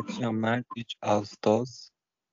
Akşamlar 3 Ağustos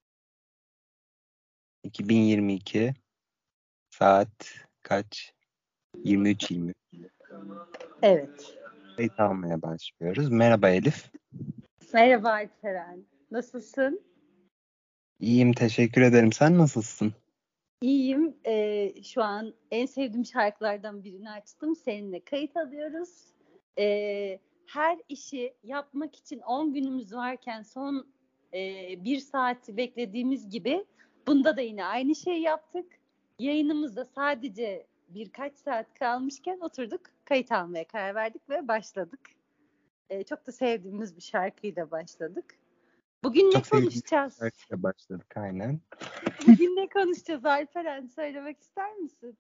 2022 saat kaç? 23:20. Evet. Kayıt almaya başlıyoruz. Merhaba Elif. Merhaba Alperen. Nasılsın? İyiyim, teşekkür ederim. Sen nasılsın? İyiyim. Şu an en sevdiğim şarkılardan birini açtım. Seninle kayıt alıyoruz. Her işi yapmak için 10 günümüz varken son 1 saati beklediğimiz gibi bunda da yine aynı şeyi yaptık. Yayınımızda sadece birkaç saat kalmışken oturduk, kayıt almaya karar verdik ve başladık. Çok da sevdiğimiz bir şarkıyla başladık. Bugün ne Çok sevdiğim konuşacağız? şarkıyla başladık aynen. Bugün ne konuşacağız Alperen? Söylemek ister misin?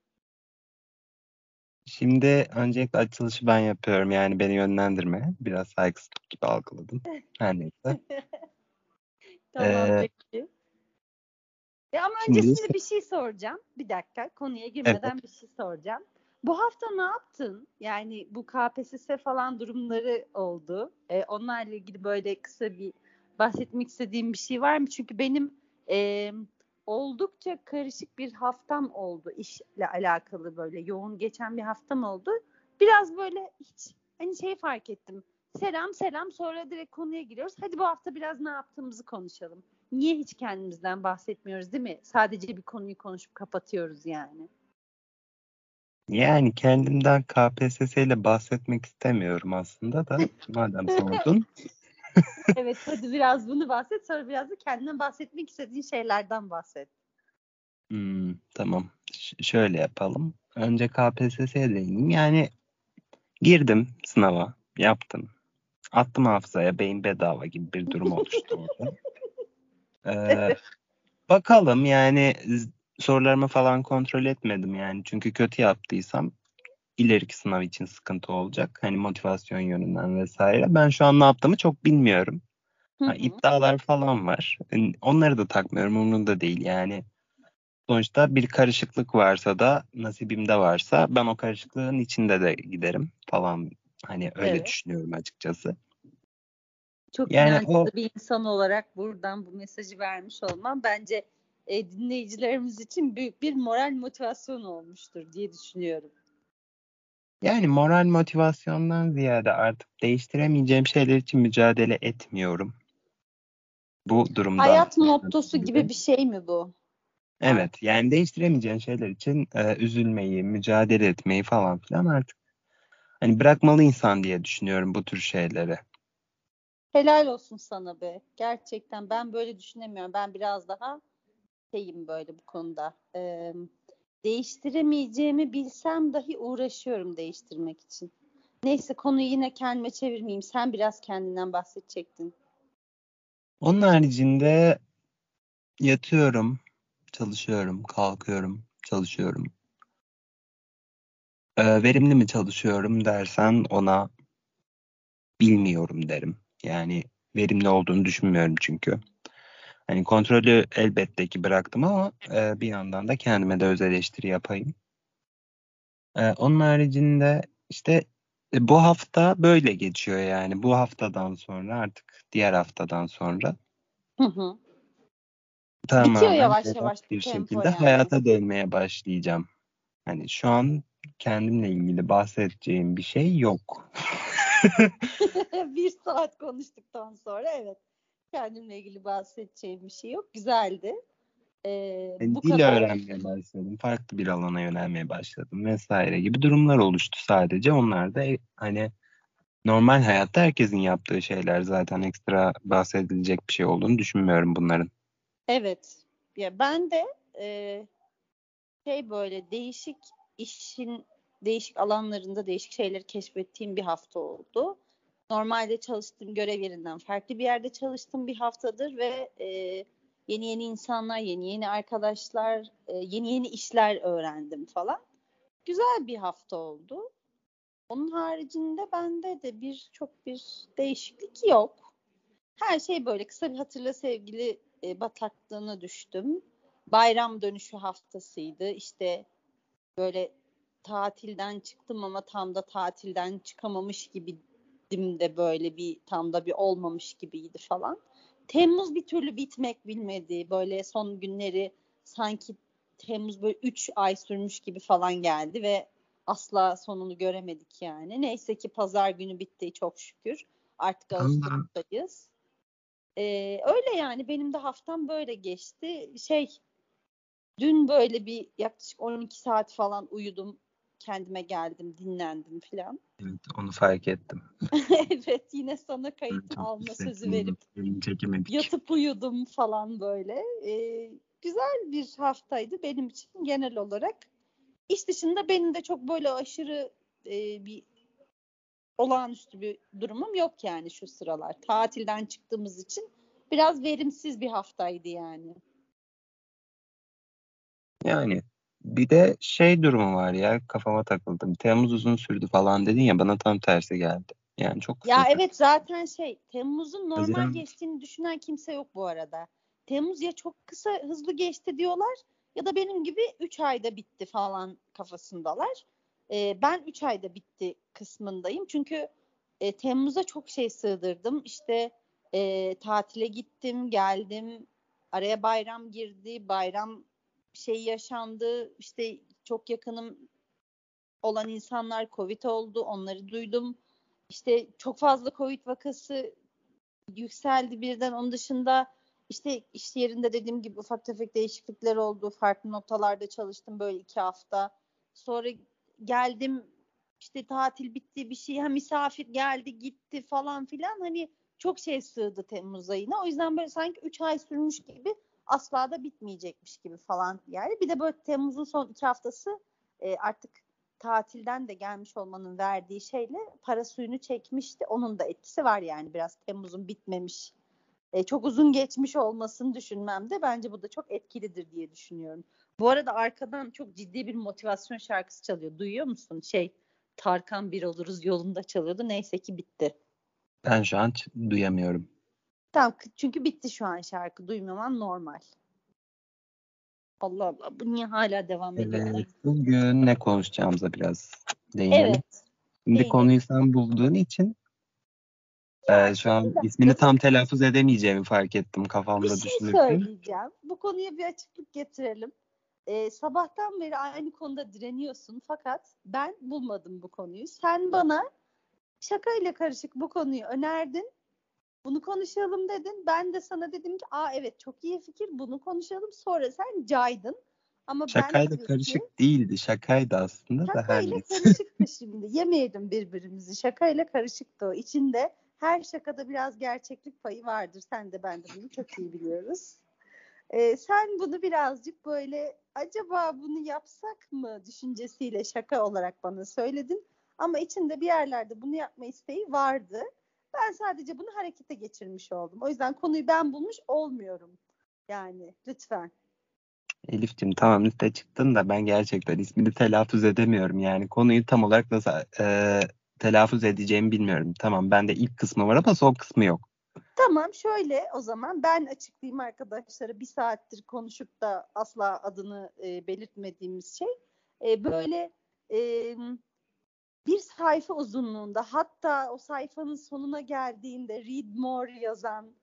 Şimdi öncelikle açılışı ben yapıyorum. Yani beni yönlendirme. Biraz saygısızlık gibi algıladım. Her neyse. Tamam Ee, peki. Ama şimdi öncesinde bir şey soracağım. Bir dakika, konuya evet. girmeden bir şey soracağım. Bu hafta ne yaptın? Yani bu KPSS falan durumları oldu. Onlarla ilgili böyle kısa bir bahsetmek istediğim bir şey var mı? Çünkü benim oldukça karışık bir haftam oldu. İşle alakalı böyle yoğun geçen bir haftam oldu. Biraz böyle hiç hani fark ettim. Selam sonra direkt konuya giriyoruz. Hadi bu hafta biraz ne yaptığımızı konuşalım. Niye hiç kendimizden bahsetmiyoruz değil mi? Sadece bir konuyu konuşup kapatıyoruz yani. Yani kendimden KPSS ile bahsetmek istemiyorum aslında da madem sordun. Evet, hadi biraz bunu bahset, sonra biraz da kendinden bahsetmek istediğin şeylerden bahset. Tamam. Şöyle yapalım. Önce KPSS'ye değineyim. Yani girdim sınava, yaptım. Attım hafızaya, beyin bedava gibi bir durum oluştu orada. Ee, bakalım yani sorularımı falan kontrol etmedim yani. Çünkü kötü yaptıysam ileriki sınav için sıkıntı olacak. Hani motivasyon yönünden vesaire. Ben şu an ne yaptığımı çok bilmiyorum. İddialar falan var. Onları da takmıyorum. Umurumda değil yani. Sonuçta bir karışıklık varsa da nasibimde varsa ben o karışıklığın içinde de giderim falan. Hani öyle Evet. düşünüyorum açıkçası. Çok Yani inançlı bir insan olarak buradan bu mesajı vermiş olmam bence dinleyicilerimiz için büyük bir moral motivasyon olmuştur diye düşünüyorum. yani moral motivasyondan ziyade artık değiştiremeyeceğim şeyler için mücadele etmiyorum. Bu durumdan. Hayat mottosu gibi bir şey mi bu? Evet, yani değiştiremeyeceğin şeyler için üzülmeyi, mücadele etmeyi falan filan artık hani bırakmalı insan diye düşünüyorum bu tür şeyleri. Helal olsun sana be. Gerçekten ben böyle düşünemiyorum. Ben biraz daha böyle bu konuda. Değiştiremeyeceğimi bilsem dahi uğraşıyorum değiştirmek için. Neyse, konuyu yine kendime çevirmeyeyim. Sen biraz kendinden bahsedecektin. Onun haricinde yatıyorum, çalışıyorum, kalkıyorum, çalışıyorum. Verimli mi çalışıyorum dersen ona bilmiyorum derim. Yani verimli olduğunu düşünmüyorum çünkü. Hani kontrolü elbette ki bıraktım ama bir yandan da kendime de öz eleştiri yapayım. Onun haricinde işte bu hafta böyle geçiyor yani. Bu haftadan sonra artık diğer haftadan sonra Hı hı. Bitiyor tamamen yavaş relax yavaş bir bir tempo şekilde yani. hayata dönmeye başlayacağım. Hani şu an kendimle ilgili bahsedeceğim bir şey yok. 1 saat konuştuktan sonra evet. Kendimle ilgili bahsedeceğim bir şey yok. Güzeldi. Yani Bu dil kadar. öğrenmeye başladım. Farklı bir alana yönelmeye başladım vesaire gibi durumlar oluştu sadece. Onlar da hani normal hayatta herkesin yaptığı şeyler, zaten ekstra bahsedilecek bir şey olduğunu düşünmüyorum bunların. Evet. Ya ben de böyle değişik işin değişik alanlarında değişik şeyleri keşfettiğim bir hafta oldu. Normalde çalıştığım görev yerinden farklı bir yerde çalıştığım bir haftadır ve yeni yeni insanlar, yeni yeni arkadaşlar, yeni yeni işler öğrendim falan. Güzel bir hafta oldu. Onun haricinde bende de çok bir değişiklik yok. Her şey böyle kısa bir hatırla sevgili bataklığına düştüm. Bayram dönüşü haftasıydı. İşte böyle tatilden çıktım ama tam da tatilden çıkamamış gibiydim de böyle tam da bir olmamış gibiydi falan. Temmuz bir türlü bitmek bilmedi. Böyle son günleri sanki Temmuz böyle 3 ay sürmüş gibi falan geldi ve asla sonunu göremedik yani. Neyse ki pazar günü bitti çok şükür. Artık Allah. Ağustos'tayız. Öyle yani benim de haftam böyle geçti. Dün böyle bir yaklaşık 12 saat falan uyudum. Kendime geldim, dinlendim falan. Evet, onu fark ettim. Evet, yine sana kayıt Çok alma sözü hissettim. verip Bölüm çekemedik. yatıp uyudum falan böyle. Güzel bir haftaydı benim için genel olarak. İş dışında benim de çok böyle aşırı bir olağanüstü bir durumum yok yani şu sıralar. Tatilden çıktığımız için biraz verimsiz bir haftaydı yani. Yani bir de şey durumu var ya, kafama takıldı. Temmuz uzun sürdü falan dedin ya, bana tam tersi geldi. Yani çok kısa Ya sürdü. evet zaten Temmuz'un normal Haziran. geçtiğini düşünen kimse yok bu arada. Temmuz ya çok kısa hızlı geçti diyorlar ya da benim gibi 3 ayda bitti falan kafasındalar. Ben 3 ayda bitti kısmındayım. Çünkü Temmuz'a çok şey sığdırdım. İşte tatile gittim, geldim. Araya bayram girdi. Bayram yaşandı. İşte çok yakınım olan insanlar Covid oldu. Onları duydum. İşte çok fazla Covid vakası yükseldi birden. Onun dışında işte iş yerinde dediğim gibi ufak tefek değişiklikler oldu. Farklı noktalarda çalıştım böyle 2 hafta. Sonra geldim işte tatil bitti bir şey. Misafir geldi gitti falan filan. Hani çok şey sığdı Temmuz ayına. O yüzden böyle sanki 3 ay sürmüş gibi asla da bitmeyecekmiş gibi falan yani. Bir de böyle Temmuz'un son 2 haftası artık tatilden de gelmiş olmanın verdiği şeyle para suyunu çekmişti. Onun da etkisi var yani biraz Temmuz'un bitmemiş. Çok uzun geçmiş olmasını düşünmem de bence bu da çok etkilidir diye düşünüyorum. Bu arada arkadan çok ciddi bir motivasyon şarkısı çalıyor. Duyuyor musun? Tarkan bir oluruz yolunda çalıyordu. Neyse ki bitti. Ben şu an duyamıyorum. Tamam çünkü bitti şu an şarkı. Duymaman normal. Allah Allah bu niye hala devam ediyor? Evet, bugün ne konuşacağımıza biraz değinelim. Evet. Şimdi Değinelim. konuyu sen bulduğun için Ya şu bir an ismini dakika tam telaffuz edemeyeceğimi fark ettim bir kafamda şey düşünürken. söyleyeceğim. Bu konuya bir açıklık getirelim. Sabahtan beri aynı konuda direniyorsun fakat ben bulmadım bu konuyu. Sen bana şakayla karışık bu konuyu önerdin. Bunu konuşalım dedin. Ben de sana dedim ki evet çok iyi fikir bunu konuşalım. Sonra sen caydın. Ama ben Şakayla tabii ki karışık değildi. Şakaydı aslında da her şakayla neyse. karışıktı şimdi. Yemeyelim birbirimizi. Şakayla karışıktı o. İçinde her şakada biraz gerçeklik payı vardır. Sen de ben de bunu çok iyi biliyoruz. Sen bunu birazcık böyle acaba bunu yapsak mı düşüncesiyle şaka olarak bana söyledin. Ama içinde bir yerlerde bunu yapma isteği vardı. Ben sadece bunu harekete geçirmiş oldum. O yüzden konuyu ben bulmuş olmuyorum. Yani lütfen. Elif'cim tamam, liste çıktın da ben gerçekten ismini telaffuz edemiyorum. Yani konuyu tam olarak nasıl telaffuz edeceğimi bilmiyorum. Tamam, bende ilk kısmı var ama son kısmı yok. Tamam şöyle o zaman ben açıklayayım arkadaşlara 1 saattir konuşup da asla adını belirtmediğimiz böyle e, bir sayfa uzunluğunda hatta o sayfanın sonuna geldiğinde read more yazan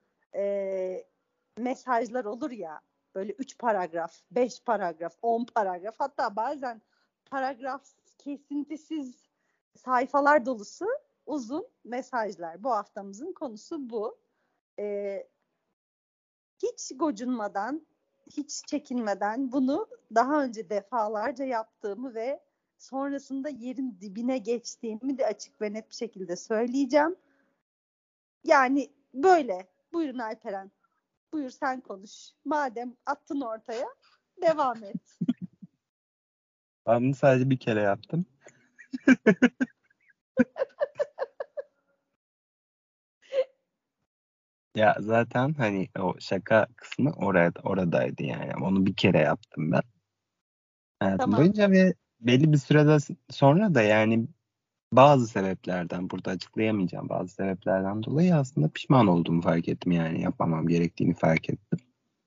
mesajlar olur ya böyle 3 paragraf, 5 paragraf, 10 paragraf hatta bazen paragraf kesintisiz sayfalar dolusu uzun mesajlar. Bu haftamızın konusu bu. Ee, Hiç gocunmadan, hiç çekinmeden bunu daha önce defalarca yaptığımı ve sonrasında yerin dibine geçtiğimi de açık ve net bir şekilde söyleyeceğim. Yani böyle. Buyurun Alperen. Buyur sen konuş. Madem attın ortaya devam et. Ben bunu sadece bir kere yaptım. Ya zaten hani o şaka kısmı oradaydı yani. Onu bir kere yaptım ben hayatım Tamam. boyunca ve belli bir süreden sonra da yani bazı sebeplerden, burada açıklayamayacağım bazı sebeplerden dolayı aslında pişman olduğumu fark ettim, yani yapmamam gerektiğini fark ettim.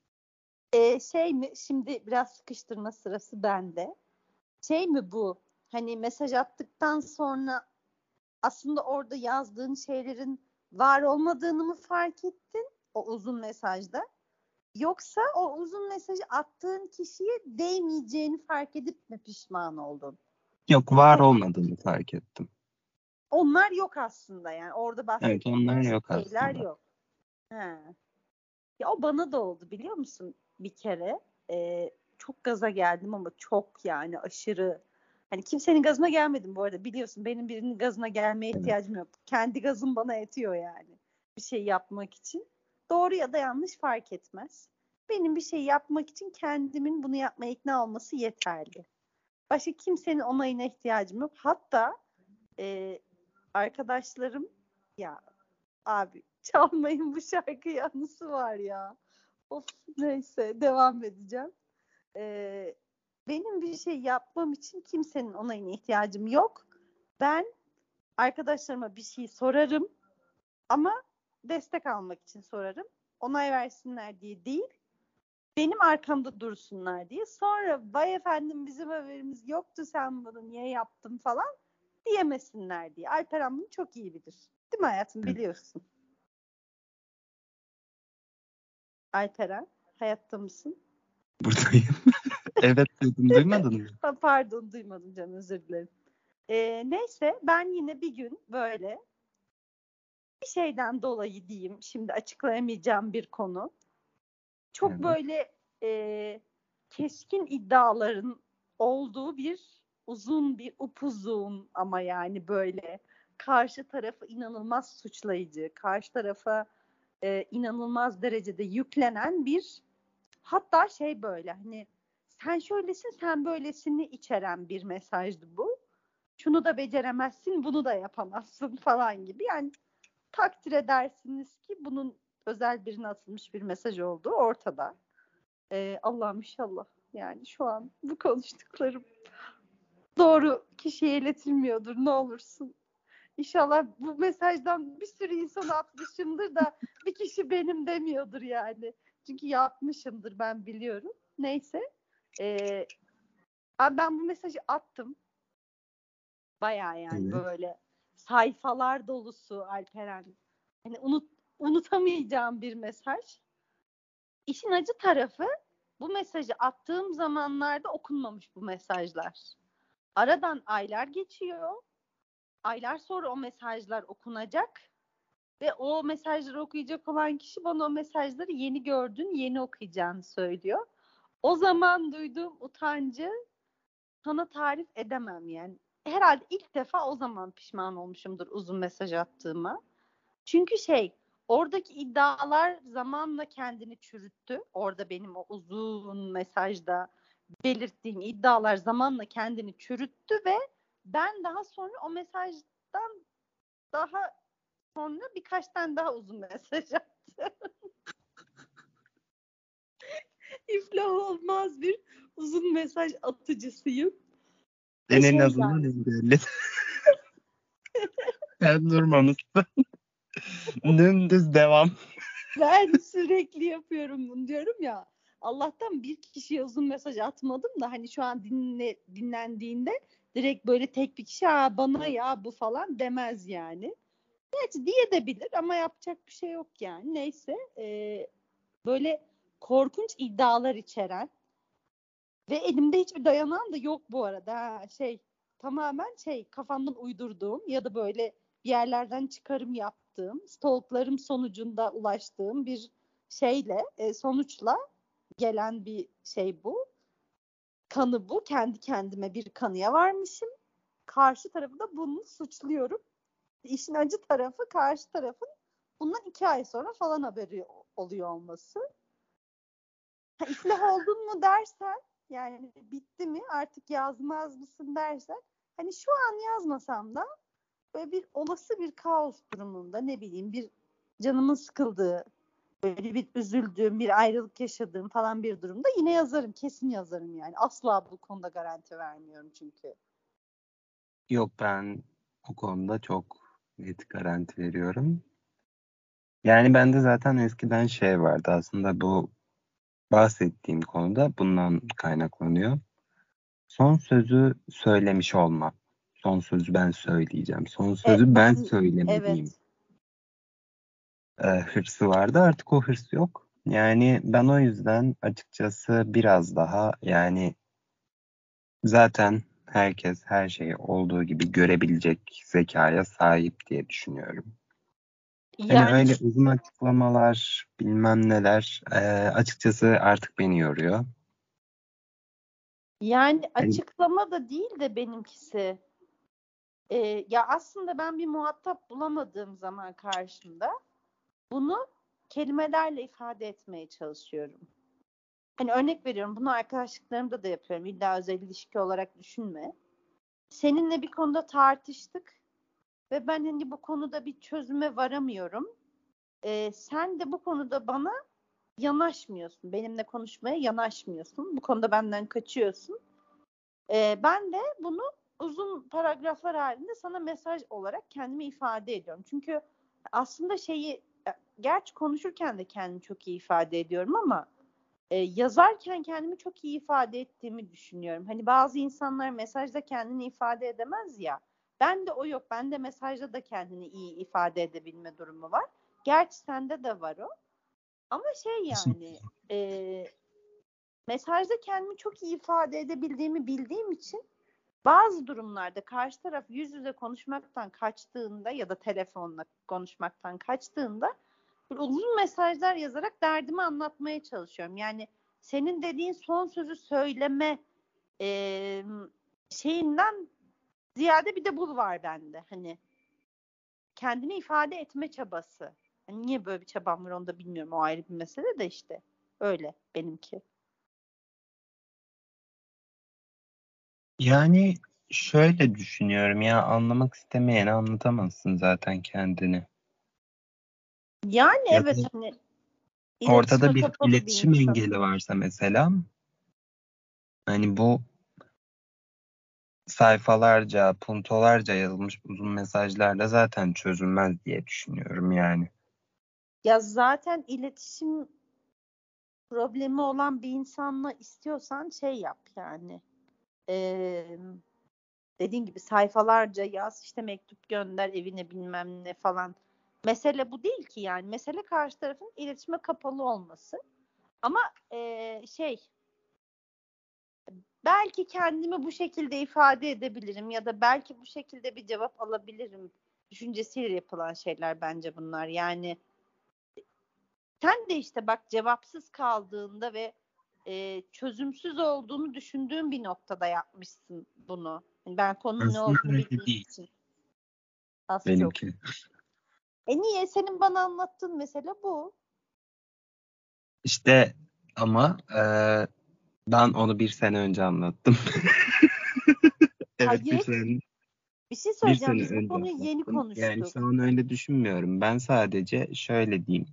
Şimdi biraz sıkıştırma sırası bende. Bu? Hani mesaj attıktan sonra aslında orada yazdığın şeylerin var olmadığını mı fark ettin? o uzun mesajda. Yoksa o uzun mesajı attığın kişiye değmeyeceğini fark edip mi pişman oldun? Yok, var olmadığını fark ettim. Onlar yok aslında, yani orada Evet, bahsettiğim onlar yok şeyler aslında. yok. He. Ya o bana da oldu biliyor musun bir kere. Çok gaza geldim ama çok, yani aşırı. Hani kimsenin gazına gelmedim bu arada, biliyorsun benim birinin gazına gelmeye Evet. ihtiyacım yok. Kendi gazım bana yetiyor yani bir şey yapmak için. Doğru ya da yanlış fark etmez. Benim bir şey yapmak için kendimin bunu yapmaya ikna olması yeterli. Başka kimsenin onayına ihtiyacım yok. Hatta arkadaşlarım, ya abi çalmayın bu şarkıyı, anısı var ya. Of, neyse devam edeceğim. Benim bir şey yapmam için kimsenin onayına ihtiyacım yok. Ben arkadaşlarıma bir şey sorarım ama destek almak için sorarım. Onay versinler diye değil, benim arkamda dursunlar diye. Sonra vay efendim bizim haberimiz yoktu, sen bunu niye yaptın falan diyemesinler diye. Alperen bunu çok iyi bilir. Değil mi hayatım, Evet. biliyorsun. Alperen, hayatta mısın? Buradayım. Evet dedim, duymadın mı? Pardon, duymadım canım, özür dilerim. Neyse ben yine bir gün böyle bir şeyden dolayı diyeyim, şimdi açıklayamayacağım bir konu. Çok Evet. böyle keskin iddiaların olduğu bir upuzun ama yani böyle karşı tarafı inanılmaz suçlayıcı, karşı tarafa inanılmaz derecede yüklenen bir, hatta şey böyle hani sen şöylesin sen böylesini içeren bir mesajdı bu. Şunu da beceremezsin, bunu da yapamazsın falan gibi. Yani takdir edersiniz ki bunun özel birine atılmış bir mesaj olduğu ortada. Allah'ım inşallah yani şu an bu konuştuklarım doğru kişiye iletilmiyordur, ne olursun. İnşallah bu mesajdan bir sürü insana atmışımdır da bir kişi benim demiyordur yani. Çünkü yapmışımdır, ben biliyorum. Neyse. Ben bu mesajı attım. Bayağı yani Evet. böyle sayfalar dolusu Alperen. Hani unutamayacağım bir mesaj. İşin acı tarafı, bu mesajı attığım zamanlarda okunmamış bu mesajlar. Aradan aylar geçiyor. Aylar sonra o mesajlar okunacak ve o mesajları okuyacak olan kişi bana o mesajları yeni gördün, yeni okuyacağını söylüyor. O zaman duyduğum utancı sana tarif edemem yani. Herhalde ilk defa o zaman pişman olmuşumdur uzun mesaj attığıma. Çünkü oradaki iddialar zamanla kendini çürüttü. Orada benim o uzun mesajda belirttiğim iddialar zamanla kendini çürüttü ve ben daha sonra o mesajdan daha sonra birkaç tane daha uzun mesaj attım. İflah olmaz bir uzun mesaj atıcısıyım. Ve En azından yani engelli. Sen durmamışsın. Dümdüz devam. ben sürekli yapıyorum bunu diyorum ya. Allah'tan bir kişiye uzun mesaj atmadım da hani şu an dinlendiğinde direkt böyle tek bir kişi bana ya bu falan demez yani. Gerçi diye de bilir ama yapacak bir şey yok yani. Neyse böyle korkunç iddialar içeren ve elimde hiçbir dayanan da yok bu arada. Tamamen kafamdan uydurduğum ya da böyle bir yerlerden çıkarım yaptığım, stalklarım sonucunda ulaştığım bir sonuçla gelen bir bu. Kanı bu. Kendi kendime bir kanıya varmışım. Karşı tarafı da bunu suçluyorum. İşin acı tarafı, karşı tarafın bundan 2 ay sonra falan haberi oluyor olması. İflah oldun mu dersen, yani bitti mi artık yazmaz mısın dersen, hani şu an yazmasam da böyle bir olası bir kaos durumunda, ne bileyim bir canımın sıkıldığı, böyle bir üzüldüğüm, bir ayrılık yaşadığım falan bir durumda yine yazarım, kesin yazarım yani. Asla bu konuda garanti vermiyorum çünkü. Yok, ben o konuda çok net garanti veriyorum. Yani bende zaten eskiden vardı aslında, bu bahsettiğim konuda bundan kaynaklanıyor. Son sözü söylemiş olmam. Son sözü ben söyleyeceğim. Son E, sözü ben söylemeliyim. evet. hırsı vardı. Artık o hırs yok. Yani ben o yüzden açıkçası biraz daha yani zaten herkes her şeyi olduğu gibi görebilecek zekaya sahip diye düşünüyorum. Hani Yani öyle uzun açıklamalar bilmem neler açıkçası artık beni yoruyor. yani Hani açıklama da değil de benimkisi. Ya aslında ben bir muhatap bulamadığım zaman karşımda bunu kelimelerle ifade etmeye çalışıyorum. Hani örnek veriyorum, bunu arkadaşlıklarımda da yapıyorum. İlla özel ilişki olarak düşünme. Seninle bir konuda tartıştık ve ben hani bu konuda bir çözüme varamıyorum. Sen de bu konuda bana yanaşmıyorsun. Benimle konuşmaya yanaşmıyorsun. Bu konuda benden kaçıyorsun. Ben de bunu uzun paragraflar halinde sana mesaj olarak kendimi ifade ediyorum. Çünkü aslında gerçi konuşurken de kendimi çok iyi ifade ediyorum ama yazarken kendimi çok iyi ifade ettiğimi düşünüyorum. Hani bazı insanlar mesajda kendini ifade edemez ya. Ben de o yok. Ben de mesajda da kendini iyi ifade edebilme durumu var. Gerçi sende de var o. Ama yani mesajda kendimi çok iyi ifade edebildiğimi bildiğim için bazı durumlarda karşı taraf yüz yüze konuşmaktan kaçtığında ya da telefonla konuşmaktan kaçtığında uzun mesajlar yazarak derdimi anlatmaya çalışıyorum. Yani senin dediğin son sözü söyleme e, şeyinden ziyade bir de bu var bende. Hani kendimi ifade etme çabası. Hani niye böyle bir çabam var onu da bilmiyorum. O ayrı bir mesele de işte. Öyle benimki. yani şöyle düşünüyorum ya anlamak istemeyeni anlatamazsın zaten kendini. Yani Ya evet da hani ortada iletişime bir kapalı bir iletişim insan. engeli varsa mesela hani bu sayfalarca, puntolarca yazılmış uzun mesajlarla zaten çözülmez diye düşünüyorum yani. Ya zaten iletişim problemi olan bir insanla istiyorsan yap yani. Ee, Dediğin gibi sayfalarca yaz, işte mektup gönder evine bilmem ne falan. Mesele bu değil ki yani. Mesele karşı tarafın iletişime kapalı olması. Ama belki kendimi bu şekilde ifade edebilirim ya da belki bu şekilde bir cevap alabilirim düşüncesiyle yapılan şeyler bence bunlar. Yani sen de işte bak, cevapsız kaldığında ve çözümsüz olduğunu düşündüğün bir noktada yapmışsın bunu. Yani ben konunun ne Aslında olduğunu öyle bildiğim değil için az çok. benimki. Niye? Senin bana anlattığın mesele bu. İşte ama ben onu bir sene önce anlattım. Evet Hayır. Bir şey bir söyleyeceğim. sene Biz bu önce konuyu yeni anlattım. Yani şu konuştuk. an öyle düşünmüyorum. Ben sadece şöyle diyeyim.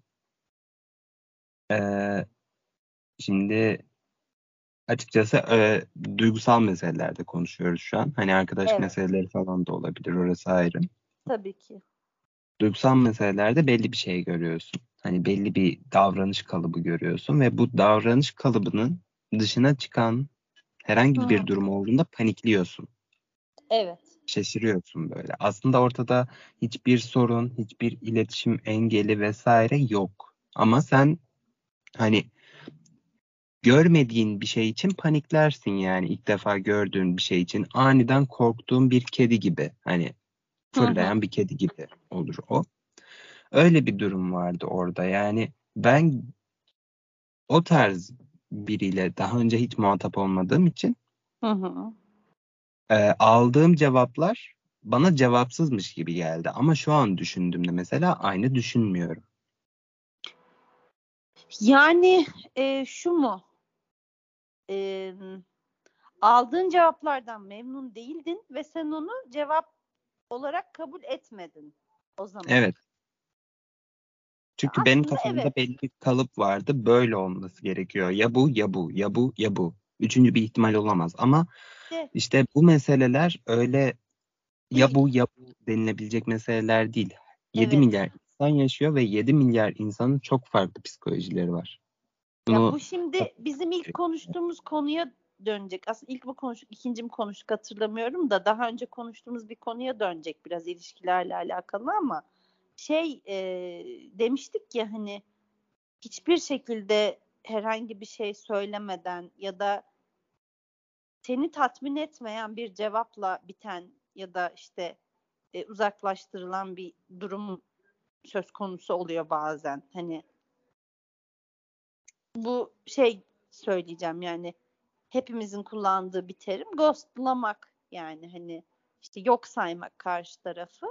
Eee, Şimdi açıkçası duygusal meselelerde konuşuyoruz şu an. Hani arkadaş Evet. meseleleri falan da olabilir, orası ayrı. Tabii ki. Duygusal meselelerde belli bir şey görüyorsun. Hani belli bir davranış kalıbı görüyorsun ve bu davranış kalıbının dışına çıkan herhangi Hı. bir durum olduğunda panikliyorsun. Evet. Şaşırıyorsun böyle. Aslında ortada hiçbir sorun, hiçbir iletişim engeli vesaire yok. Ama sen hani görmediğin bir şey için paniklersin yani ilk defa gördüğün bir şey için aniden korktuğun bir kedi gibi hani Hı hı. fırlayan bir kedi gibi olur o. Öyle bir durum vardı orada yani ben o tarz biriyle daha önce hiç muhatap olmadığım için Hı hı. aldığım cevaplar bana cevapsızmış gibi geldi ama şu an düşündüğümde mesela aynı düşünmüyorum. Yani şu mu? E, Aldığın cevaplardan memnun değildin ve sen onu cevap olarak kabul etmedin o zaman. Evet. Çünkü benim Aslında kafamda evet. belli bir kalıp vardı. Böyle olması gerekiyor. Ya bu ya bu ya bu ya bu. Üçüncü bir ihtimal olamaz. Ama De işte bu meseleler öyle ya değil. bu ya bu denilebilecek meseleler değil. 7 Evet. milyar insan yaşıyor ve 7 milyar insanın çok farklı psikolojileri var. Ya Bunu bu şimdi bizim ilk konuştuğumuz konuya dönecek. Aslında ilk mi konuştuk, ikinci mi konuştuk hatırlamıyorum da daha önce konuştuğumuz bir konuya dönecek biraz ilişkilerle alakalı ama demiştik ya hani hiçbir şekilde herhangi bir şey söylemeden ya da seni tatmin etmeyen bir cevapla biten ya da işte uzaklaştırılan bir durum söz konusu oluyor bazen. Hani bu söyleyeceğim yani hepimizin kullandığı bir terim ghostlamak, yani hani işte yok saymak karşı tarafı.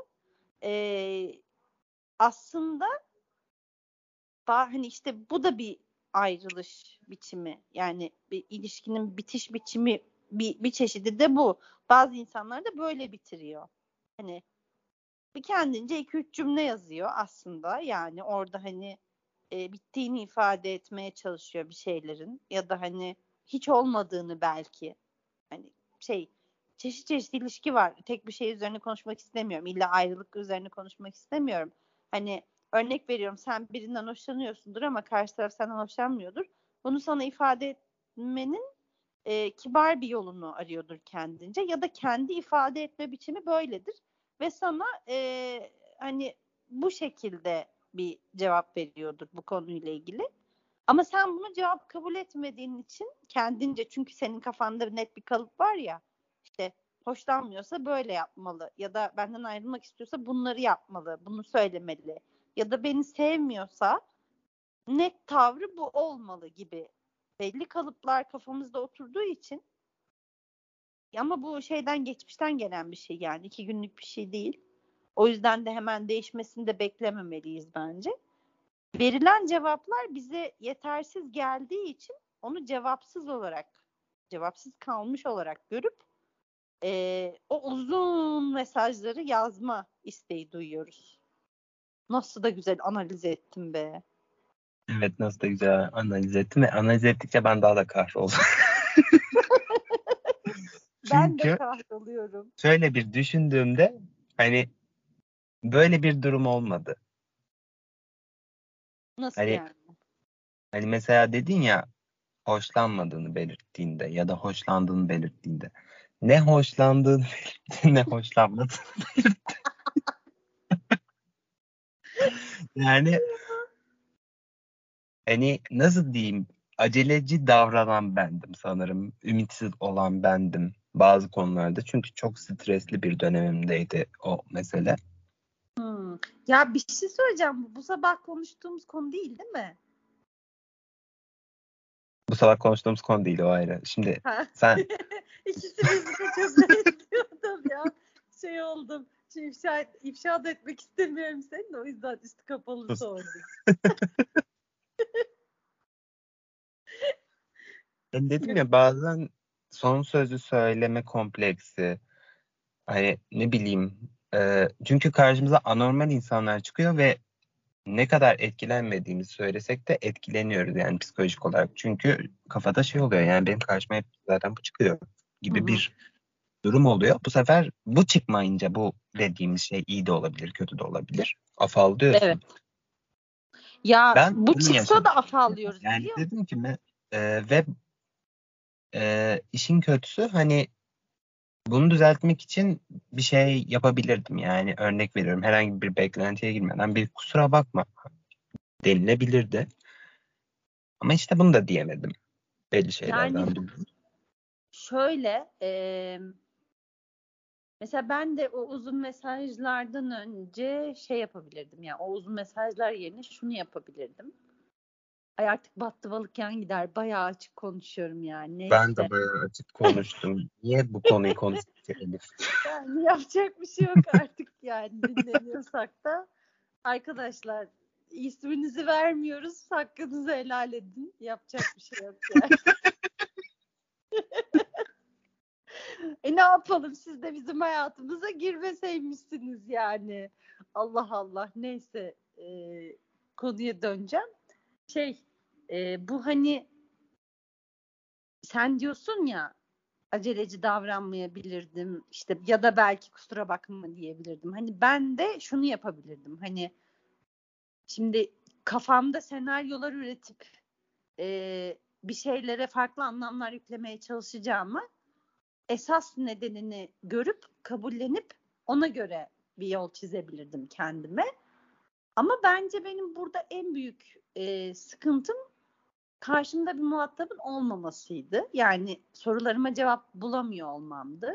Aslında hani işte bu da bir ayrılış biçimi, yani bir ilişkinin bitiş biçimi, bir çeşidi de bu. Bazı insanlar da böyle bitiriyor. Hani bir kendince 2-3 cümle yazıyor aslında, yani orada hani bittiğini ifade etmeye çalışıyor bir şeylerin ya da hani hiç olmadığını belki. Hani çeşit çeşit ilişki var. Tek bir şey üzerine konuşmak istemiyorum. İlla ayrılık üzerine konuşmak istemiyorum. Hani örnek veriyorum, sen birinden hoşlanıyorsundur ama karşı taraf senden hoşlanmıyordur. Bunu sana ifade etmenin kibar bir yolunu arıyordur kendince ya da kendi ifade etme biçimi böyledir ve sana hani bu şekilde bir cevap veriyordur bu konuyla ilgili. Ama sen bunu cevap kabul etmediğin için kendince, çünkü senin kafanda net bir kalıp var ya, işte hoşlanmıyorsa böyle yapmalı ya da benden ayrılmak istiyorsa bunları yapmalı, bunu söylemeli ya da beni sevmiyorsa net tavrı bu olmalı gibi belli kalıplar kafamızda oturduğu için, ama bu geçmişten gelen bir şey, yani 2 günlük bir şey değil. O yüzden de hemen değişmesini de beklememeliyiz bence. Verilen cevaplar bize yetersiz geldiği için onu cevapsız kalmış olarak görüp o uzun mesajları yazma isteği duyuyoruz. Nasıl da güzel analiz ettim be. Evet, nasıl da güzel analiz ettim ve analiz ettikçe ben daha da kahroldum. Ben de Çünkü kahroluyorum. şöyle bir düşündüğümde hani böyle bir durum olmadı. Nasıl Hani yani? hani mesela dedin ya, hoşlanmadığını belirttiğinde ya da hoşlandığını belirttiğinde, ne hoşlandığını belirtti ne hoşlanmadığını belirtti. Yani hani nasıl diyeyim, aceleci davranan bendim sanırım. Ümitsiz olan bendim bazı konularda. Çünkü çok stresli bir dönemimdeydi o mesele. Ya bir şey söyleyeceğim. Bu sabah konuştuğumuz konu değil mi? Bu sabah konuştuğumuz konu değil, o ayrı. Şimdi Ha. sen İkisi birbirine çok benziyordum ya. Oldum. İfşa da etmek istemiyorum seni de, o yüzden üstü kapalı sus. sordum. Ben dedim ya, bazen son sözü söyleme kompleksi. Hani ne bileyim, çünkü karşımıza anormal insanlar çıkıyor ve ne kadar etkilenmediğimizi söylesek de etkileniyoruz yani psikolojik olarak. Çünkü kafada oluyor, yani benim karşıma hep zaten bu çıkıyor gibi bir durum oluyor. Bu sefer bu çıkmayınca bu dediğimiz şey iyi de olabilir, kötü de olabilir. Evet. Afallıyorsun. Ya Ben bu bunu çıksa da yaşamıştım. afallıyoruz, Yani biliyor musun? dedim ki ve işin kötüsü hani bunu düzeltmek için bir şey yapabilirdim. Yani örnek veriyorum, herhangi bir beklentiye girmeden bir kusura bakma denilebilirdi. Ama işte bunu da diyemedim belli Yani şeylerden dolayı. şöyle mesela ben de o uzun mesajlardan önce yapabilirdim. Yani o uzun mesajlar yerine şunu yapabilirdim. Ay artık battı balık yan gider. Bayağı açık konuşuyorum yani. Ben Neyse. de bayağı açık konuştum. Niye bu konuyu konuştuk Elif? Yani yapacak bir şey yok artık, yani dinleniyorsak da. Arkadaşlar, isminizi vermiyoruz. Hakkınızı helal edin. Yapacak bir şey yok yani. Ne yapalım, siz de bizim hayatımıza girmeseymişsiniz yani. Allah Allah. Neyse, konuya döneceğim. Bu hani sen diyorsun ya, aceleci davranmayabilirdim işte ya da belki kusura bakma diyebilirdim. Hani ben de şunu yapabilirdim. Hani şimdi kafamda senaryolar üretip bir şeylere farklı anlamlar yüklemeye çalışacağıma esas nedenini görüp kabullenip ona göre bir yol çizebilirdim kendime. Ama bence benim burada en büyük sıkıntım karşımda bir muhatabın olmamasıydı. Yani sorularıma cevap bulamıyor olmamdı.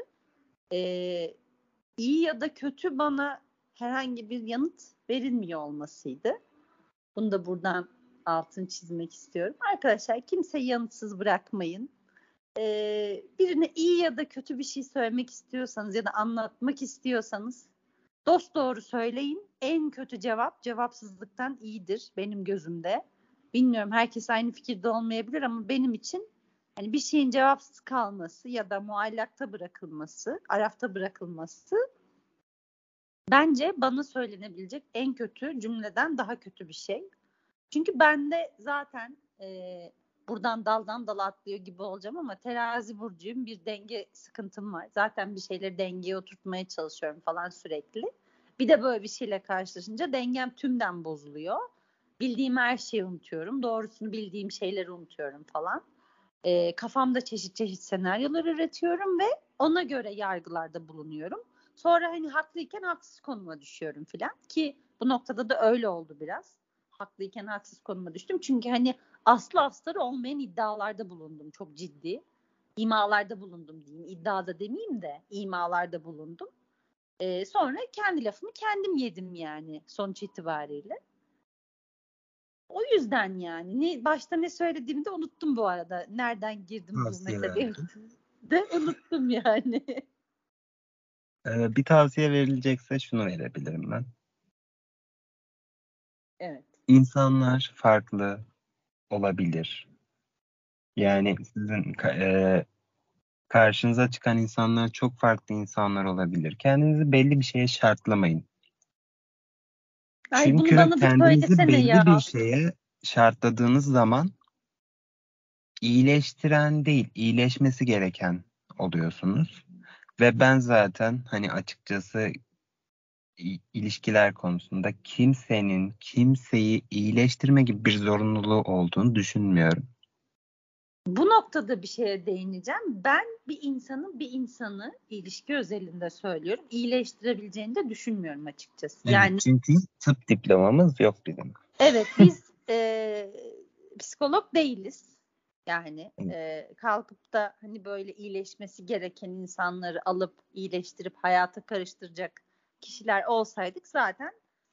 İyi ya da kötü bana herhangi bir yanıt verilmiyor olmasıydı. Bunu da buradan altını çizmek istiyorum. Arkadaşlar kimseyi yanıtsız bırakmayın. Birine iyi ya da kötü bir şey söylemek istiyorsanız ya da anlatmak istiyorsanız dosdoğru söyleyin. En kötü cevap cevapsızlıktan iyidir benim gözümde. Bilmiyorum, herkes aynı fikirde olmayabilir ama benim için hani bir şeyin cevapsız kalması ya da muallakta bırakılması, arafta bırakılması bence bana söylenebilecek en kötü cümleden daha kötü bir şey. Çünkü ben de zaten buradan daldan dala atlıyor gibi olacağım ama terazi burcuyum, bir denge sıkıntım var. Zaten bir şeyleri dengeye oturtmaya çalışıyorum falan sürekli. Bir de böyle bir şeyle karşılaşınca dengem tümden bozuluyor. Bildiğim her şeyi unutuyorum. Doğrusunu bildiğim şeyleri unutuyorum falan. Kafamda çeşit çeşit senaryolar üretiyorum ve ona göre yargılarda bulunuyorum. Sonra hani haklıyken haksız konuma düşüyorum filan ki bu noktada da öyle oldu biraz. Haklıyken haksız konuma düştüm. Çünkü hani aslı astarı olmayan iddialarda bulundum çok ciddi. İmalarda bulundum diyeyim. İddiada demeyeyim de imalarda bulundum. Sonra kendi lafımı kendim yedim yani sonuç itibariyle. O yüzden yani başta ne söylediğimi de unuttum bu arada. Nereden girdim bu Tavsiye meseleye verdim. de unuttum yani. Bir tavsiye verilecekse şunu verebilirim ben. Evet. İnsanlar farklı olabilir. Yani sizin karşınıza çıkan insanlar çok farklı insanlar olabilir. Kendinizi belli bir şeye şartlamayın. Ay bunu Çünkü bana da kendinizi söylesene belli bir ya. şeye şartladığınız zaman iyileştiren değil, iyileşmesi gereken oluyorsunuz. Ve ben zaten hani açıkçası ilişkiler konusunda kimsenin kimseyi iyileştirme gibi bir zorunluluğu olduğunu düşünmüyorum. Bu noktada bir şeye değineceğim. Ben bir insanı ilişki özelinde söylüyorum, iyileştirebileceğini de düşünmüyorum açıkçası. Evet, Yani çünkü tıp diplomamız yok bizim. evet, biz psikolog değiliz. Yani kalkıp da hani böyle iyileşmesi gereken insanları alıp iyileştirip hayata karıştıracak kişiler olsaydık zaten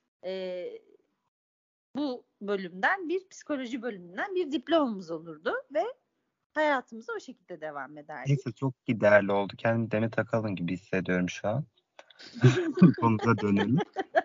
bu bölümden bir psikoloji bölümünden bir diplomamız olurdu ve hayatımıza o şekilde devam ederdik. Neyse çok değerli oldu. Kendimi Demet Akalın gibi hissediyorum şu an. Konuza dönelim.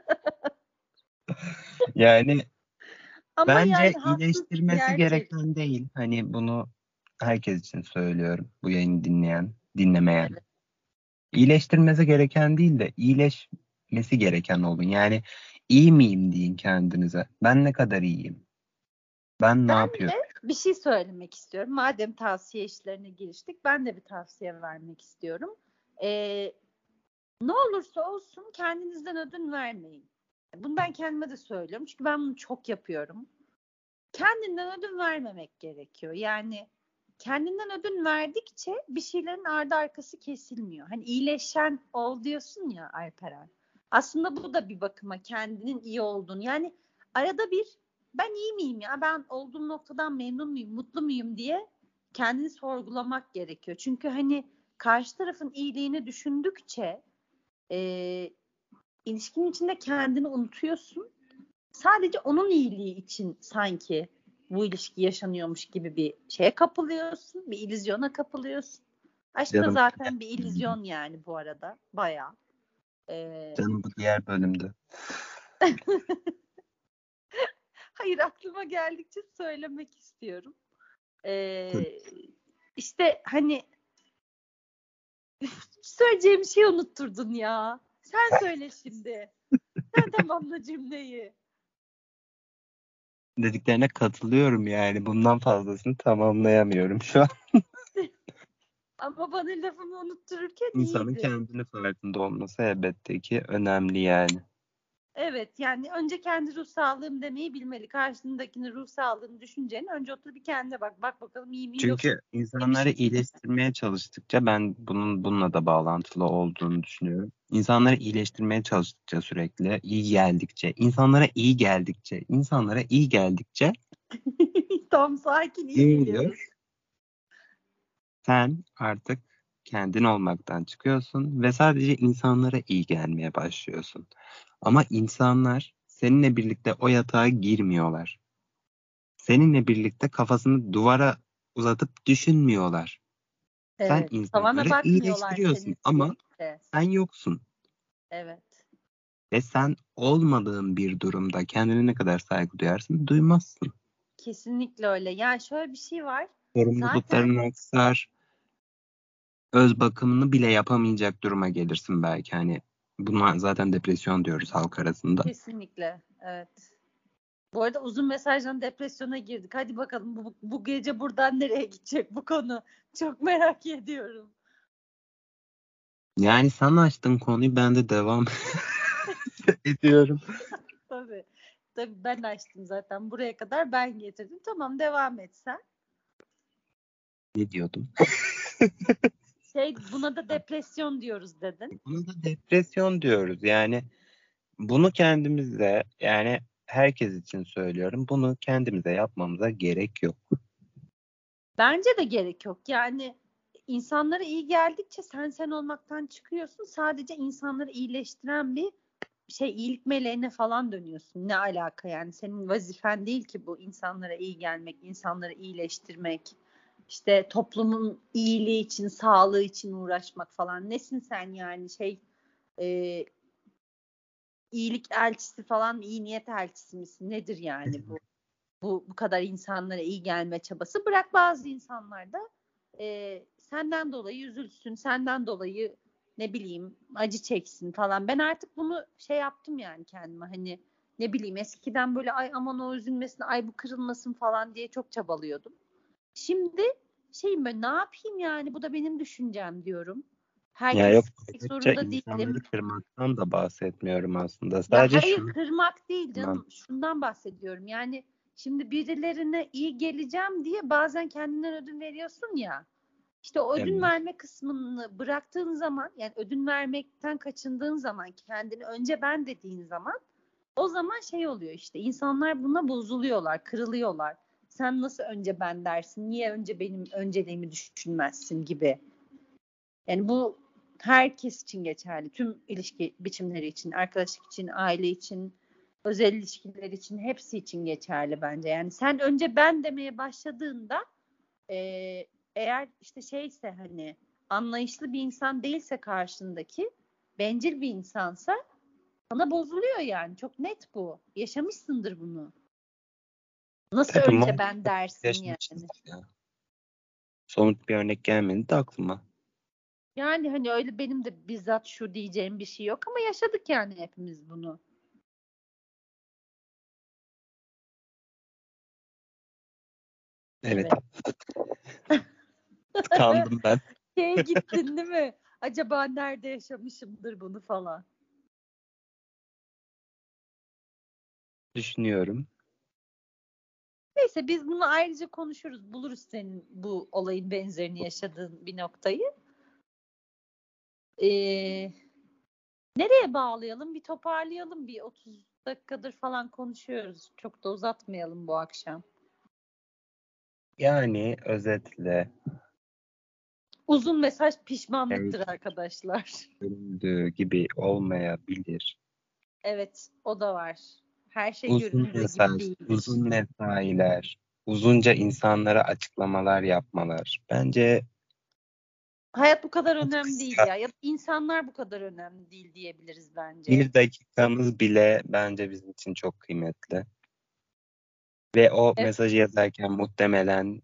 Yani Ama bence yani haklısın iyileştirmesi gerçekten. gereken değil. Hani bunu herkes için söylüyorum. Bu yayını dinlemeyen. Evet. İyileştirmesi gereken değil de iyileşmesi gereken olun. Yani iyi miyim deyin kendinize. Ben ne kadar iyiyim? Ben ne Ben yapıyorum? de bir şey söylemek istiyorum. Madem tavsiye işlerine giriştik, ben de bir tavsiye vermek istiyorum. Ne olursa olsun kendinizden ödün vermeyin. Bunu ben kendime de söylüyorum. Çünkü ben bunu çok yapıyorum. Kendinden ödün vermemek gerekiyor. Yani kendinden ödün verdikçe bir şeylerin ardı arkası kesilmiyor. Hani iyileşen ol diyorsun ya Alperen. Aslında bu da bir bakıma kendinin iyi olduğunu. Yani arada bir ben iyi miyim ya? Ben olduğum noktadan memnun muyum, mutlu muyum diye kendini sorgulamak gerekiyor. Çünkü hani karşı tarafın iyiliğini düşündükçe ilişkinin içinde kendini unutuyorsun. Sadece onun iyiliği için sanki bu ilişki yaşanıyormuş gibi bir şeye kapılıyorsun. Bir illüzyona kapılıyorsun. Aşk da Canım, zaten bir illüzyon yani bu arada. Bayağı. canım bu diğer bölümde. Hayır, aklıma geldikçe söylemek istiyorum. Tabii. İşte hani söyleyeceğim şeyi unutturdun ya. Sen söyle şimdi. Sen tamamla cümleyi. Dediklerine katılıyorum yani. Bundan fazlasını tamamlayamıyorum şu an. Ama bana lafımı unuttururken İnsanın iyiydi. kendini farkında olması elbette ki önemli yani. Evet, yani önce kendi ruh sağlığım demeyi bilmeli. Karşındakini ruh sağlığını düşüneceğine önce otur bir kendine bak. Bak bakalım iyi miyim yoksa Çünkü insanları yemişim. iyileştirmeye çalıştıkça ben bununla da bağlantılı olduğunu düşünüyorum. İnsanları iyileştirmeye çalıştıkça sürekli, iyi geldikçe, insanlara iyi geldikçe Tam sakin iyi ne geliyoruz. oluyor? Sen artık kendin olmaktan çıkıyorsun ve sadece insanlara iyi gelmeye başlıyorsun. Ama insanlar seninle birlikte o yatağa girmiyorlar. Seninle birlikte kafasını duvara uzatıp düşünmüyorlar. Sen Evet. Tavana insanları bakmıyorlar iyileştiriyorsun seninle ama birlikte. sen yoksun. Evet. Ve sen olmadığın bir durumda kendine ne kadar saygı duyarsın? Duymazsın. Kesinlikle öyle. Yani şöyle bir şey var. Zaten Sorumlulukların aksar, öz bakımını bile yapamayacak duruma gelirsin belki. Hani buna zaten depresyon diyoruz halk arasında. kesinlikle. Evet. Bu arada uzun mesajdan depresyona girdik. Hadi bakalım bu gece buradan nereye gidecek bu konu? Çok merak ediyorum. Yani sen açtın konuyu, ben de devam ediyorum. Tabii. Tabii ben açtım zaten. Buraya kadar ben getirdim. Tamam devam et sen. Ne diyordum? Buna da depresyon diyoruz dedin. Buna da depresyon diyoruz. Yani bunu kendimize, yani herkes için söylüyorum, bunu kendimize yapmamıza gerek yok. Bence de gerek yok. Yani insanlara iyi geldikçe sen olmaktan çıkıyorsun. Sadece insanları iyileştiren bir iyilik meleğine falan dönüyorsun. Ne alaka yani? Senin vazifen değil ki bu insanlara iyi gelmek, insanları iyileştirmek. İşte toplumun iyiliği için, sağlığı için uğraşmak falan. Nesin sen yani e, iyilik elçisi falan, iyi niyet elçisi misin? Nedir yani bu? Bu kadar insanlara iyi gelme çabası. Bırak bazı insanlar da senden dolayı üzülsün, senden dolayı ne bileyim acı çeksin falan. Ben artık bunu yaptım yani kendime. Hani ne bileyim eskiden böyle ay aman o üzülmesin, ay bu kırılmasın falan diye çok çabalıyordum. Şimdi ben ne yapayım yani bu da benim düşüncem diyorum. Ya yok, Herkes istek kırdıkça zorunda insanları değilim. kırmaktan da bahsetmiyorum aslında. Ya Sadece hayır şunu kırmak değil tamam. canım. Şundan bahsediyorum. Yani şimdi birilerine iyi geleceğim diye bazen kendinden ödün veriyorsun ya. İşte o ödün Evet. verme kısmını bıraktığın zaman yani ödün vermekten kaçındığın zaman kendini önce ben dediğin zaman o zaman oluyor işte insanlar buna bozuluyorlar, kırılıyorlar. Sen nasıl önce ben dersin? Niye önce benim önceliğimi düşünmezsin gibi. Yani bu herkes için geçerli. Tüm ilişki biçimleri için, arkadaşlık için, aile için, özel ilişkiler için hepsi için geçerli bence. Yani sen önce ben demeye başladığında eğer işte hani anlayışlı bir insan değilse karşındaki bencil bir insansa sana bozuluyor yani. Çok net bu. Yaşamışsındır bunu. Nasıl Tabii önce muhakkak ben dersin yani. yaşamışızdır ya. Somut bir örnek gelmedi de aklıma. Yani hani öyle benim de bizzat şu diyeceğim bir şey yok ama yaşadık yani hepimiz bunu. Evet. Evet. Tıkandım ben. Gittin değil mi? Acaba nerede yaşamışımdır bunu falan. Düşünüyorum. Neyse biz bunu ayrıca konuşuruz. Buluruz senin bu olayın benzerini yaşadığın bir noktayı. Ee, Nereye bağlayalım? Bir toparlayalım. Bir 30 dakikadır falan konuşuyoruz. Çok da uzatmayalım bu akşam. Yani özetle Uzun mesaj şey pişmanlıktır arkadaşlar. göründüğü gibi olmayabilir. Evet, o da var. Her şey Uzun göründüğü gibi mesaj, değildir. uzun mesailer, uzunca insanlara açıklamalar yapmalar. Bence Hayat bu kadar çok önemli değil kısa. ya. Ya da insanlar bu kadar önemli değil diyebiliriz bence. Bir dakikamız bile bence bizim için çok kıymetli. Ve o Evet. mesajı yazarken muhtemelen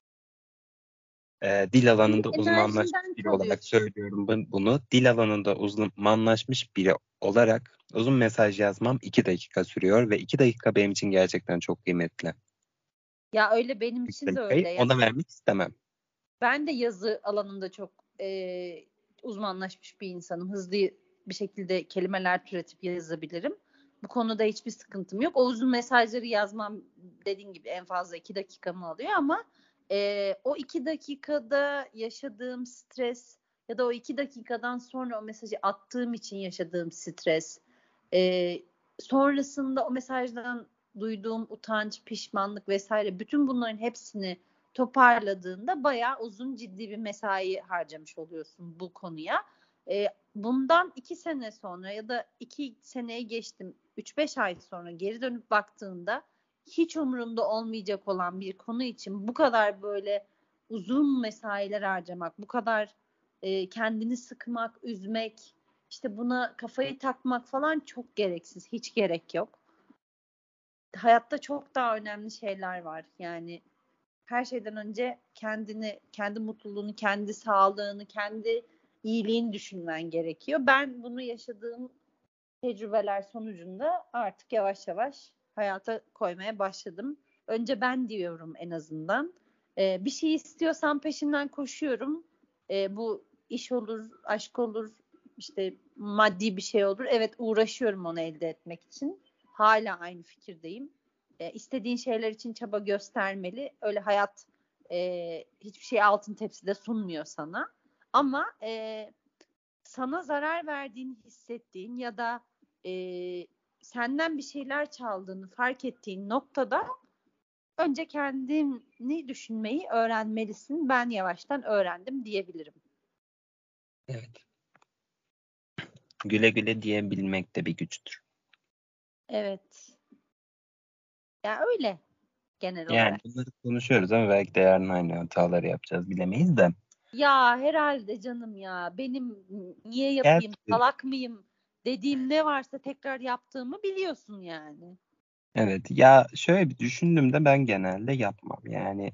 dil Senin alanında uzmanlaşmış enerjinden biri çalıyor. olarak söylüyorum bunu. Dil alanında uzmanlaşmış biri olarak uzun mesaj yazmam 2 dakika sürüyor ve 2 dakika benim için gerçekten çok kıymetli. Ya öyle benim 2 için de dakikayı öyle. Ya ona vermek istemem. ben de yazı alanında çok uzmanlaşmış bir insanım. Hızlı bir şekilde kelimeler türetip yazabilirim. Bu konuda hiçbir sıkıntım yok. O uzun mesajları yazmam dediğin gibi en fazla 2 dakikamı alıyor ama o 2 dakikada yaşadığım stres ya da o 2 dakikadan sonra o mesajı attığım için yaşadığım stres, sonrasında o mesajdan duyduğum utanç, pişmanlık vesaire bütün bunların hepsini toparladığında bayağı uzun ciddi bir mesai harcamış oluyorsun bu konuya. Bundan 2 sene sonra ya da 2 seneye geçtim 3-5 ay sonra geri dönüp baktığında hiç umurumda olmayacak olan bir konu için bu kadar böyle uzun mesailer harcamak, bu kadar kendini sıkmak, üzmek, işte buna kafayı takmak falan çok gereksiz. Hiç gerek yok. Hayatta çok daha önemli şeyler var. Yani her şeyden önce kendini, kendi mutluluğunu, kendi sağlığını, kendi iyiliğini düşünmen gerekiyor. Ben bunu yaşadığım tecrübeler sonucunda artık yavaş yavaş hayata koymaya başladım. Önce ben diyorum en azından. Bir şey istiyorsam peşinden koşuyorum. Bu iş olur, aşk olur, işte maddi bir şey olur. Evet uğraşıyorum onu elde etmek için. Hala aynı fikirdeyim. İstediğin şeyler için çaba göstermeli. Öyle hayat hiçbir şey altın tepside sunmuyor sana. Ama sana zarar verdiğini hissettiğin ya da senden bir şeyler çaldığını fark ettiğin noktada önce kendini düşünmeyi öğrenmelisin. Ben yavaştan öğrendim diyebilirim. Evet. Güle güle diyebilmek de bir güçtür. Evet. Ya öyle genel Yani olarak. bunları konuşuyoruz ama belki de yarın aynı hataları yapacağız bilemeyiz de. Ya herhalde canım ya benim niye yapayım Gerçi salak mıyım dediğim ne varsa tekrar yaptığımı biliyorsun yani. evet ya şöyle bir düşündüm de ben genelde yapmam. Yani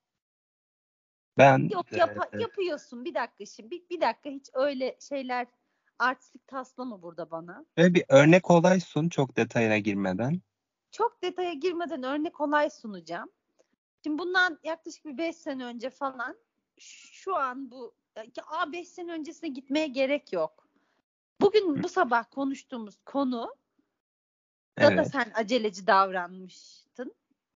ben Yok yapıyorsun bir dakika şimdi bir dakika hiç öyle şeyler artistlik taslama burada bana. böyle bir örnek olay sun çok detayına girmeden. Çok detaya girmeden örnek olay sunacağım. Şimdi bundan yaklaşık bir 5 sene önce falan şu an bu 5 sene öncesine gitmeye gerek yok. Bugün bu sabah konuştuğumuz konu da Evet. sen aceleci davranmıştın.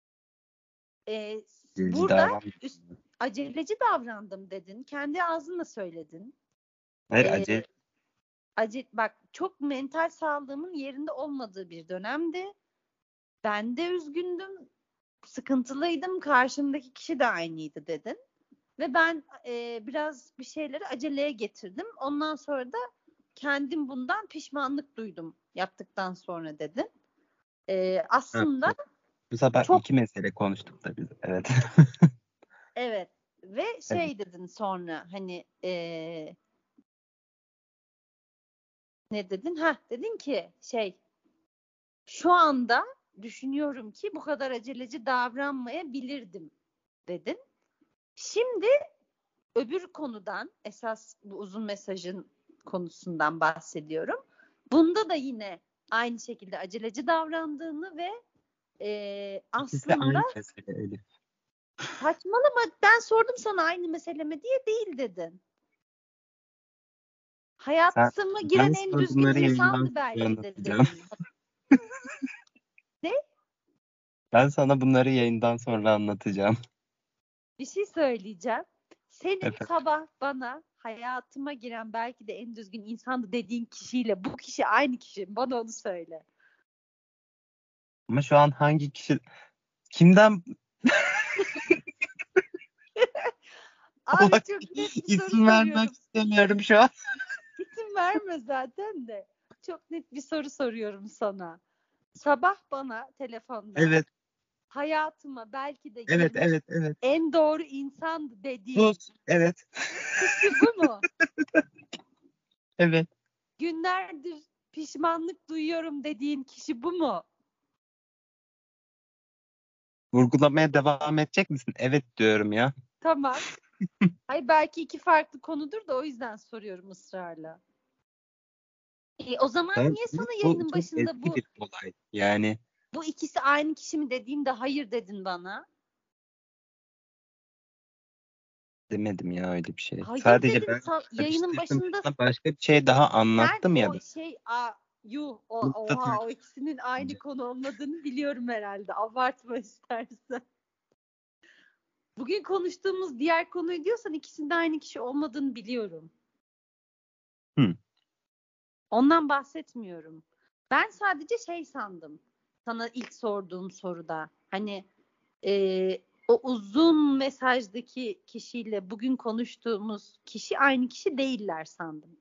Gerici Burada davranmıyorum. aceleci davrandım dedin. Kendi ağzınla söyledin. Hayır Ee, acele. bak çok mental sağlığımın yerinde olmadığı bir dönemdi. Ben de üzgündüm, sıkıntılıydım. Karşımdaki kişi de aynıydı dedin. Ve ben biraz bir şeyleri aceleye getirdim. Ondan sonra da kendim bundan pişmanlık duydum yaptıktan sonra dedin. Ha, Aslında bu sabah çok 2 mesele konuştuk da biz. Evet. evet ve Evet. şey dedin sonra hani ne dedin? Dedin ki şu anda düşünüyorum ki bu kadar aceleci davranmayabilirdim dedin. Şimdi öbür konudan esas bu uzun mesajın konusundan bahsediyorum. Bunda da yine aynı şekilde aceleci davrandığını ve İkisi de aslında aynı mesele Elif. saçmalama ben sordum sana aynı mesele mi diye değil dedin. Sen, Hayatıma ben giren en sana düzgün bunları yayından insandı sonra belki de anlatacağım. dedin. Ne? Ben sana bunları yayından sonra anlatacağım. Bir şey söyleyeceğim. Senin Efendim. sabah bana hayatıma giren belki de en düzgün insandı dediğin kişiyle bu kişi aynı kişi mi? Bana onu söyle. Ama şu an hangi kişi kimden Abi Allah çok net bir soru isim vermek soruyorum. istemiyorum şu an. İsim verme zaten de. Çok net bir soru soruyorum sana. Sabah bana telefonda Evet, hayatıma belki de evet, girmiş evet, evet. en doğru insandı dediğin Sus. Evet, kişi bu mu? evet. Günlerdir pişmanlık duyuyorum dediğin kişi bu mu? Vurgulamaya devam edecek misin? Evet diyorum ya. Tamam. Ay belki iki farklı konudur da o yüzden soruyorum ısrarla. O zaman Ben, niye sana bu yayının çok başında eski bir olay. Yani bu ikisi aynı kişi mi dediğimde hayır dedin bana? demedim ya öyle bir şey. Hayır Sadece dedin ben yayının karıştırdım. başında Sana başka bir şey daha sen anlattım ya o da. Burada oha o ikisinin aynı tartışınca. konu olmadığını biliyorum herhalde. Abartma istersen. Bugün konuştuğumuz diğer konuyu diyorsan ikisinde aynı kişi olmadığını biliyorum. Hı. Ondan bahsetmiyorum. Ben sadece şey sandım. Sana ilk sorduğum soruda. Hani o uzun mesajdaki kişiyle bugün konuştuğumuz kişi aynı kişi değiller sandım.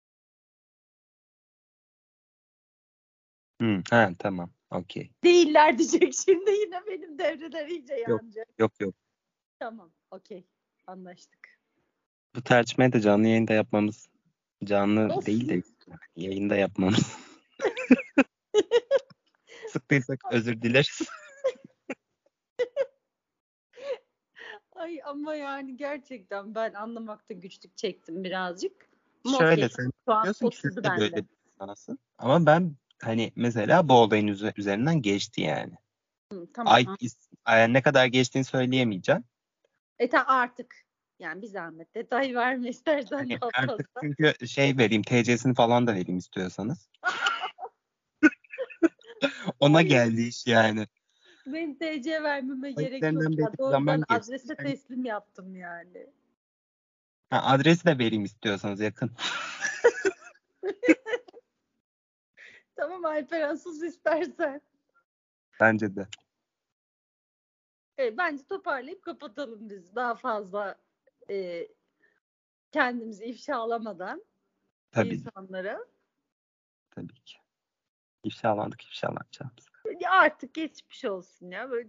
Ha, tamam. Okey. Değiller diyecek şimdi yine benim devreler iyice Yok. yanacak. Yok. Tamam, okey. Anlaştık. Bu tartışmayı da canlı yayında yapmamız, canlı Of. değil de yayında yapmamız. Sıktıysak özür dileriz. Ay ama yani gerçekten ben anlamakta güçlük çektim birazcık. Ama Şöyle, okey. sen Şu an diyorsun ki siz oturdu de böyle bende. bir insansın. Ama ben hani mesela bu olayın üzerinden geçti yani. Tamam. Ne kadar geçtiğini söyleyemeyeceğim. Artık yani bir zahmet detay verme istersen Hani daha artık fazla. çünkü vereyim, TC'sini falan da vereyim istiyorsanız. Ona Hayır. geldi iş yani. Benim TC vermeme gerek yok Kayıtlarından belli ya. bir Doğrudan zaman geçti. adrese teslim yaptım yani. Adresi de vereyim istiyorsanız, yakın. Tamam Alperen sus istersen. Bence de. Bence toparlayıp kapatalım biz. Daha fazla kendimizi ifşalamadan Tabii insanlara. tabii ki. İfşalanacağız. Ya artık geçmiş olsun ya. Böyle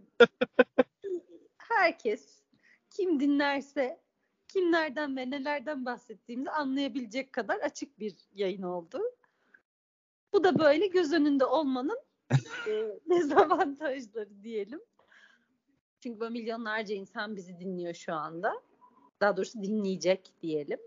herkes kim dinlerse kimlerden ve nelerden bahsettiğimizi anlayabilecek kadar açık bir yayın oldu. Bu da böyle göz önünde olmanın dezavantajları diyelim. Çünkü böyle milyonlarca insan bizi dinliyor şu anda. Daha doğrusu dinleyecek diyelim.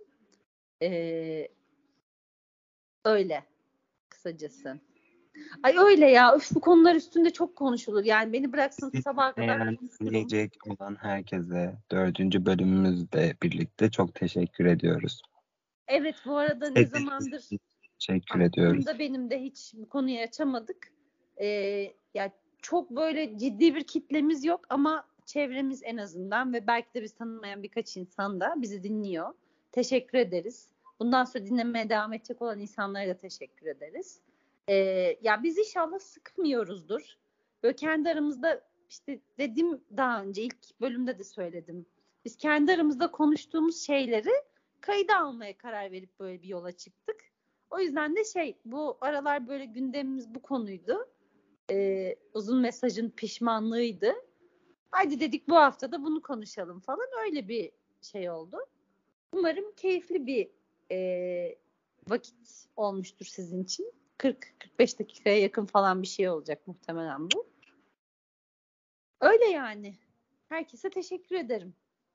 Öyle kısacası. Ay öyle ya. Üf, bu konular üstünde çok konuşulur. Yani beni bıraksın Bizi sabaha kadar dinleyen, konuşurum. dinleyecek olan herkese 4. bölümümüzde birlikte çok teşekkür ediyoruz. Evet bu arada ne Hepinize zamandır teşekkür ediyoruz. aklımda benim de hiç bu konuyu açamadık. Ya çok böyle ciddi bir kitlemiz yok ama çevremiz en azından ve belki de biz tanımayan birkaç insan da bizi dinliyor. Teşekkür ederiz. Bundan sonra dinlemeye devam edecek olan insanlara da teşekkür ederiz. Ya biz inşallah sıkmıyoruzdur. Böyle kendi aramızda işte dedim daha önce ilk bölümde de söyledim. Biz kendi aramızda konuştuğumuz şeyleri kayda almaya karar verip böyle bir yola çıktık. O yüzden de bu aralar böyle gündemimiz bu konuydu. Uzun mesajın pişmanlığıydı. Haydi dedik bu hafta da bunu konuşalım falan. Öyle bir şey oldu. Umarım keyifli bir vakit olmuştur sizin için. 40-45 dakikaya yakın falan bir şey olacak muhtemelen bu. Öyle yani. Herkese teşekkür ederim.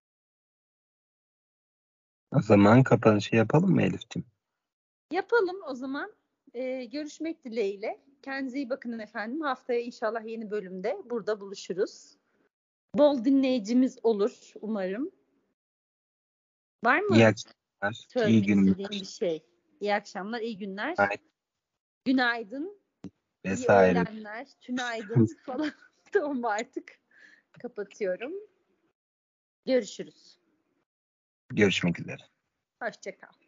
O zaman kapanışı yapalım mı Elif'ciğim? Yapalım o zaman. Görüşmek dileğiyle. Kendinize iyi bakın efendim. Haftaya inşallah yeni bölümde burada buluşuruz. Bol dinleyicimiz olur umarım. Var İyi mı akşamlar, iyi söylemek günler, istediğim bir şey? İyi akşamlar, iyi günler. ay Günaydın, iyi vesaire. öğlenler, tünaydın falan. Tamam artık kapatıyorum. Görüşürüz. Görüşmek üzere. Hoşça kal.